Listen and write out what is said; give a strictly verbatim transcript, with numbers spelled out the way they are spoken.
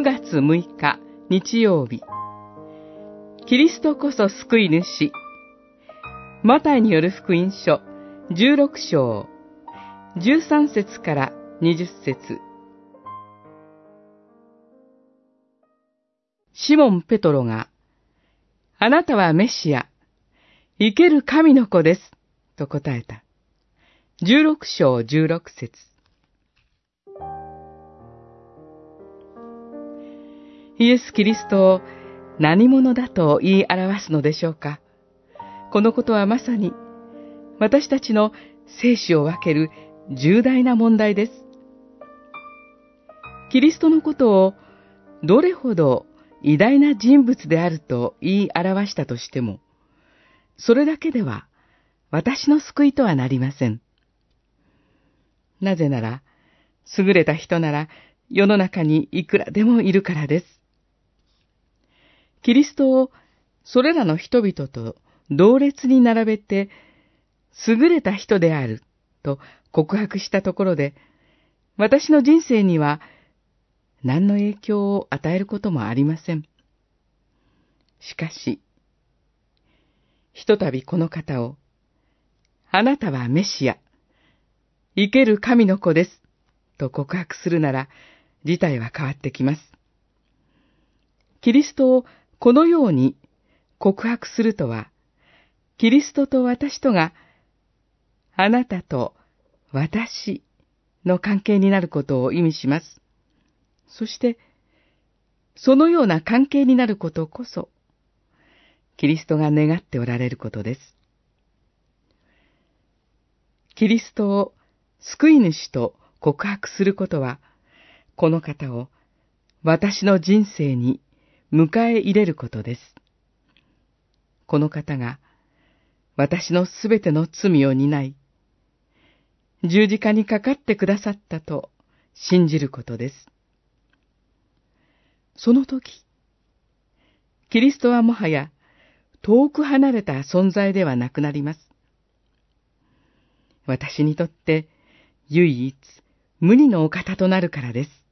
がつむいか日曜日、キリストこそ救い主。マタイによる福音書じゅうろくしょうじゅうさんせつからにじゅっせつ。シモン・ペトロが、あなたはメシア、生ける神の子です、と答えた。じゅうろくしょうじゅうろくせつ。イエス・キリストを何者だと言い表すのでしょうか。このことはまさに私たちの生死を分ける重大な問題です。キリストのことをどれほど偉大な人物であると言い表したとしても、それだけでは私の救いとはなりません。なぜなら、優れた人なら世の中にいくらでもいるからです。キリストをそれらの人々と同列に並べて、優れた人であると告白したところで、私の人生には何の影響を与えることもありません。しかし、ひとたびこの方を、あなたはメシア、生ける神の子です、と告白するなら、事態は変わってきます。キリストをこのように告白するとは、キリストと私とが、あなたと私の関係になることを意味します。そして、そのような関係になることこそ、キリストが願っておられることです。キリストを救い主と告白することは、この方を私の人生に迎え入れることです。この方が私のすべての罪を担い、十字架にかかってくださったと信じることです。その時、キリストはもはや遠く離れた存在ではなくなります。私にとって唯一無二のお方となるからです。